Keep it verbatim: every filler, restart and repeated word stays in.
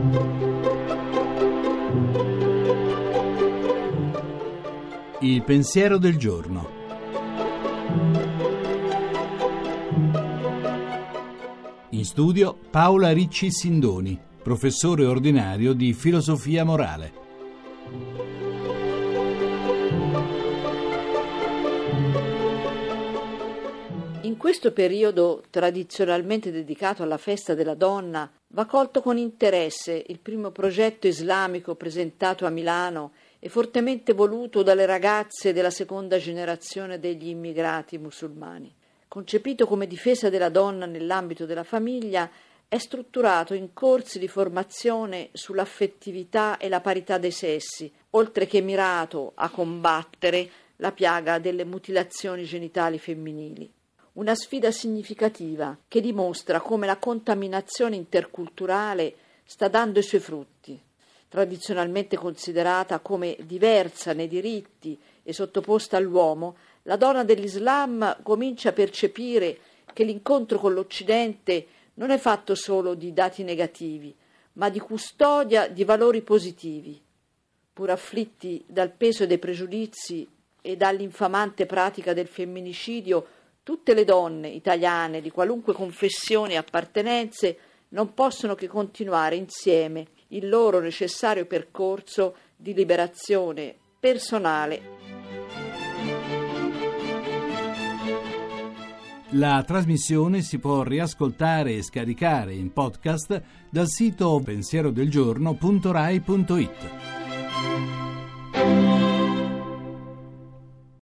Il pensiero del giorno. In studio Paola Ricci Sindoni, professore ordinario di filosofia morale. In questo periodo tradizionalmente dedicato alla festa della donna va colto con interesse il primo progetto islamico presentato a Milano e fortemente voluto dalle ragazze della seconda generazione degli immigrati musulmani. Concepito come difesa della donna nell'ambito della famiglia, è strutturato in corsi di formazione sull'affettività e la parità dei sessi, oltre che mirato a combattere la piaga delle mutilazioni genitali femminili. Una sfida significativa che dimostra come la contaminazione interculturale sta dando i suoi frutti. Tradizionalmente considerata come diversa nei diritti e sottoposta all'uomo, la donna dell'Islam comincia a percepire che l'incontro con l'Occidente non è fatto solo di dati negativi, ma di custodia di valori positivi. Pur afflitti dal peso dei pregiudizi e dall'infamante pratica del femminicidio, tutte le donne italiane di qualunque confessione e appartenenze non possono che continuare insieme il loro necessario percorso di liberazione personale. La trasmissione si può riascoltare e scaricare in podcast dal sito pensierodelgiorno punto rai punto it.